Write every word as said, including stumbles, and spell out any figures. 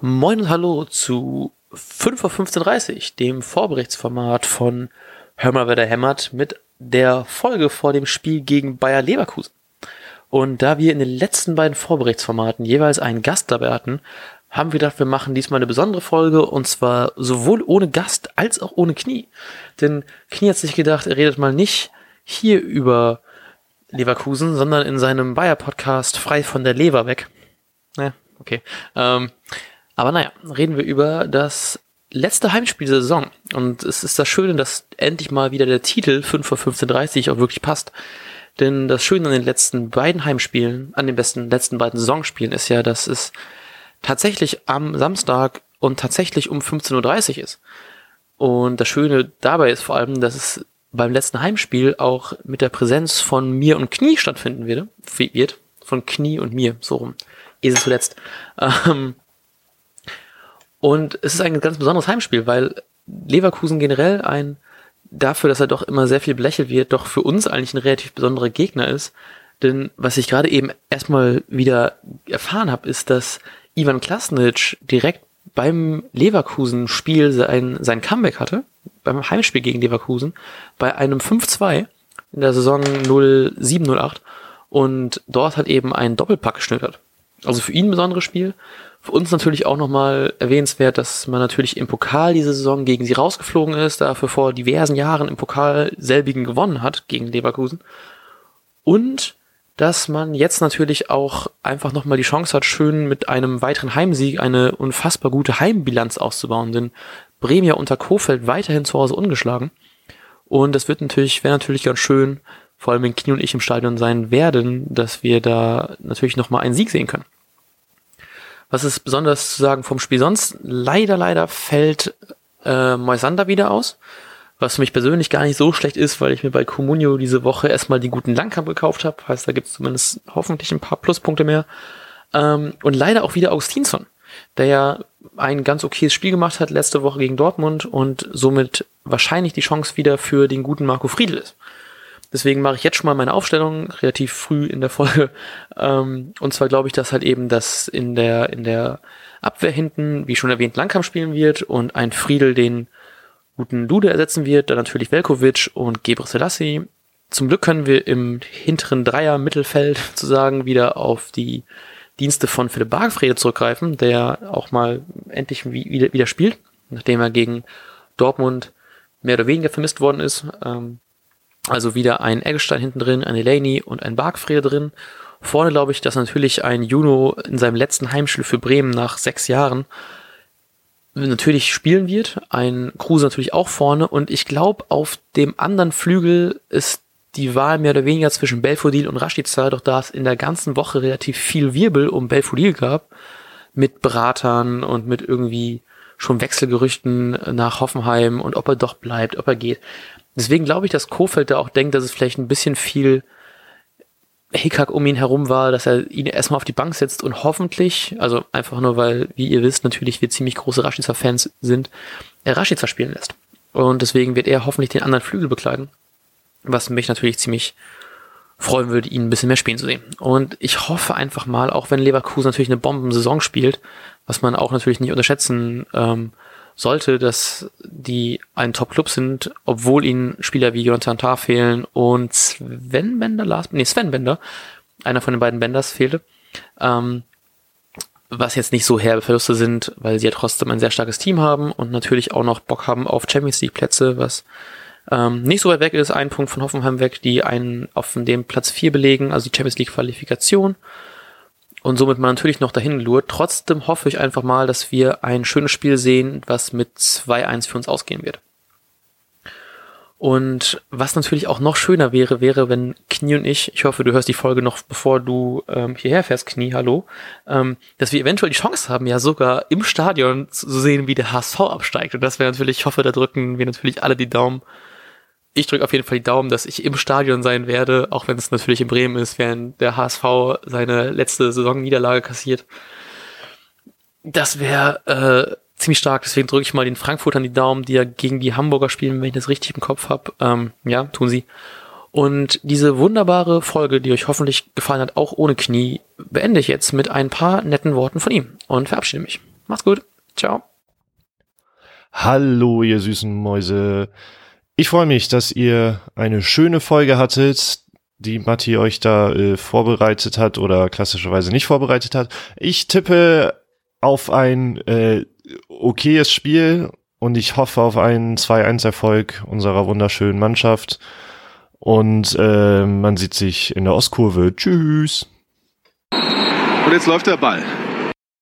Moin und hallo zu fünf Uhr fünfzehn Uhr dreißig, dem Vorberichtsformat von Hör mal, wer da hämmert, mit der Folge vor dem Spiel gegen Bayer Leverkusen. Und da wir in den letzten beiden Vorberichtsformaten jeweils einen Gast dabei hatten, haben wir gedacht, wir machen diesmal eine besondere Folge, und zwar sowohl ohne Gast als auch ohne Knie. Denn Knie hat sich gedacht, er redet mal nicht hier über Leverkusen, sondern in seinem Bayer-Podcast frei von der Leber weg. Ja, okay. Ähm, aber naja, reden wir über das letzte Heimspiel der Saison. Und es ist das Schöne, dass endlich mal wieder der Titel fünf Uhr fünfzehn Uhr dreißig auch wirklich passt. Denn das Schöne an den letzten beiden Heimspielen, an den besten letzten beiden Saisonspielen ist ja, dass es tatsächlich am Samstag und tatsächlich um fünfzehn Uhr dreißig ist. Und das Schöne dabei ist vor allem, dass es beim letzten Heimspiel auch mit der Präsenz von mir und Knie stattfinden wird. wird von Knie und mir, so rum. Esel zuletzt. Ähm, und es ist ein ganz besonderes Heimspiel, weil Leverkusen generell ein, dafür, dass er doch immer sehr viel belächelt wird, doch für uns eigentlich ein relativ besonderer Gegner ist. Denn was ich gerade eben erstmal wieder erfahren habe, ist, dass Ivan Klasnic direkt beim Leverkusen-Spiel sein, sein Comeback hatte, beim Heimspiel gegen Leverkusen, bei einem fünf zwei in der Saison null sieben null acht, und dort hat eben ein Doppelpack geschnittert. Also für ihn ein besonderes Spiel. Für uns natürlich auch nochmal erwähnenswert, dass man natürlich im Pokal diese Saison gegen sie rausgeflogen ist, dafür vor diversen Jahren im Pokal selbigen gewonnen hat gegen Leverkusen. Und dass man jetzt natürlich auch einfach nochmal die Chance hat, schön mit einem weiteren Heimsieg eine unfassbar gute Heimbilanz auszubauen. Denn Bremen ja unter Kohfeldt weiterhin zu Hause ungeschlagen. Und das wird natürlich, wäre natürlich ganz schön, vor allem wenn Knie und ich im Stadion sein werden, dass wir da natürlich nochmal einen Sieg sehen können. Was ist besonders zu sagen vom Spiel sonst? Leider, leider fällt äh, Moisander wieder aus. Was für mich persönlich gar nicht so schlecht ist, weil ich mir bei Comunio diese Woche erstmal den guten Langkamp gekauft habe. Heißt, da gibt es zumindest hoffentlich ein paar Pluspunkte mehr. Ähm, und leider auch wieder Augustinsson, der ja ein ganz okayes Spiel gemacht hat letzte Woche gegen Dortmund und somit wahrscheinlich die Chance wieder für den guten Marco Friedl ist. Deswegen mache ich jetzt schon mal meine Aufstellung relativ früh in der Folge. Ähm, und zwar glaube ich, dass halt eben das in der in der Abwehr hinten, wie schon erwähnt, Langkamp spielen wird und ein Friedl den guten Dude ersetzen wird, dann natürlich Velkovic und Gebre Selassie. Zum Glück können wir im hinteren Dreier-Mittelfeld sozusagen wieder auf die Dienste von Philipp Bargfrede zurückgreifen, der auch mal endlich wieder, wieder spielt, nachdem er gegen Dortmund mehr oder weniger vermisst worden ist. Ähm, also wieder ein Eggestein hinten drin, ein Delaney und ein Bargfrede drin. Vorne glaube ich, dass natürlich ein Juno in seinem letzten Heimspiel für Bremen nach sechs Jahren natürlich spielen wird, ein Kruse natürlich auch vorne, und ich glaube, auf dem anderen Flügel ist die Wahl mehr oder weniger zwischen Belfodil und Rashica, doch da es in der ganzen Woche relativ viel Wirbel um Belfodil gab, mit Beratern und mit irgendwie schon Wechselgerüchten nach Hoffenheim und ob er doch bleibt, ob er geht. Deswegen glaube ich, dass Kohfeldt da auch denkt, dass es vielleicht ein bisschen viel Hickhack um ihn herum war, dass er ihn erstmal auf die Bank setzt und hoffentlich, also einfach nur, weil, wie ihr wisst, natürlich wir ziemlich große Rashica-Fans sind, er Rashica spielen lässt. Und deswegen wird er hoffentlich den anderen Flügel bekleiden, was mich natürlich ziemlich freuen würde, ihn ein bisschen mehr spielen zu sehen. Und ich hoffe einfach mal, auch wenn Leverkusen natürlich eine Bombensaison spielt, was man auch natürlich nicht unterschätzen ähm, sollte, dass die ein Top-Club sind, obwohl ihnen Spieler wie Jonathan Tah fehlen und Sven Bender, Lars, nee, Sven Bender, einer von den beiden Benders fehlte, ähm, was jetzt nicht so herbe Verluste sind, weil sie ja trotzdem ein sehr starkes Team haben und natürlich auch noch Bock haben auf Champions League Plätze, was ähm, nicht so weit weg ist, ein Punkt von Hoffenheim weg, die einen auf dem Platz vier belegen, also die Champions League Qualifikation. Und somit man natürlich noch dahin lurt. Trotzdem hoffe ich einfach mal, dass wir ein schönes Spiel sehen, was mit zwei eins für uns ausgehen wird. Und was natürlich auch noch schöner wäre, wäre, wenn Knie und ich, ich hoffe, du hörst die Folge noch, bevor du ähm, hierher fährst, Knie, hallo, ähm, dass wir eventuell die Chance haben, ja sogar im Stadion zu sehen, wie der H S V absteigt. Und das wäre natürlich, ich hoffe, da drücken wir natürlich alle die Daumen. Ich drücke auf jeden Fall die Daumen, dass ich im Stadion sein werde, auch wenn es natürlich in Bremen ist, während der H S V seine letzte Saisonniederlage kassiert. Das wäre äh, ziemlich stark, deswegen drücke ich mal den Frankfurtern die Daumen, die ja gegen die Hamburger spielen, wenn ich das richtig im Kopf habe. Ähm, ja, tun sie. Und diese wunderbare Folge, die euch hoffentlich gefallen hat, auch ohne Knie, beende ich jetzt mit ein paar netten Worten von ihm und verabschiede mich. Macht's gut. Ciao. Hallo, ihr süßen Mäuse. Ich freue mich, dass ihr eine schöne Folge hattet, die Matti euch da äh, vorbereitet hat oder klassischerweise nicht vorbereitet hat. Ich tippe auf ein äh, okayes Spiel und ich hoffe auf einen zwei eins Erfolg unserer wunderschönen Mannschaft. Und äh, man sieht sich in der Ostkurve. Tschüss. Und jetzt läuft der Ball.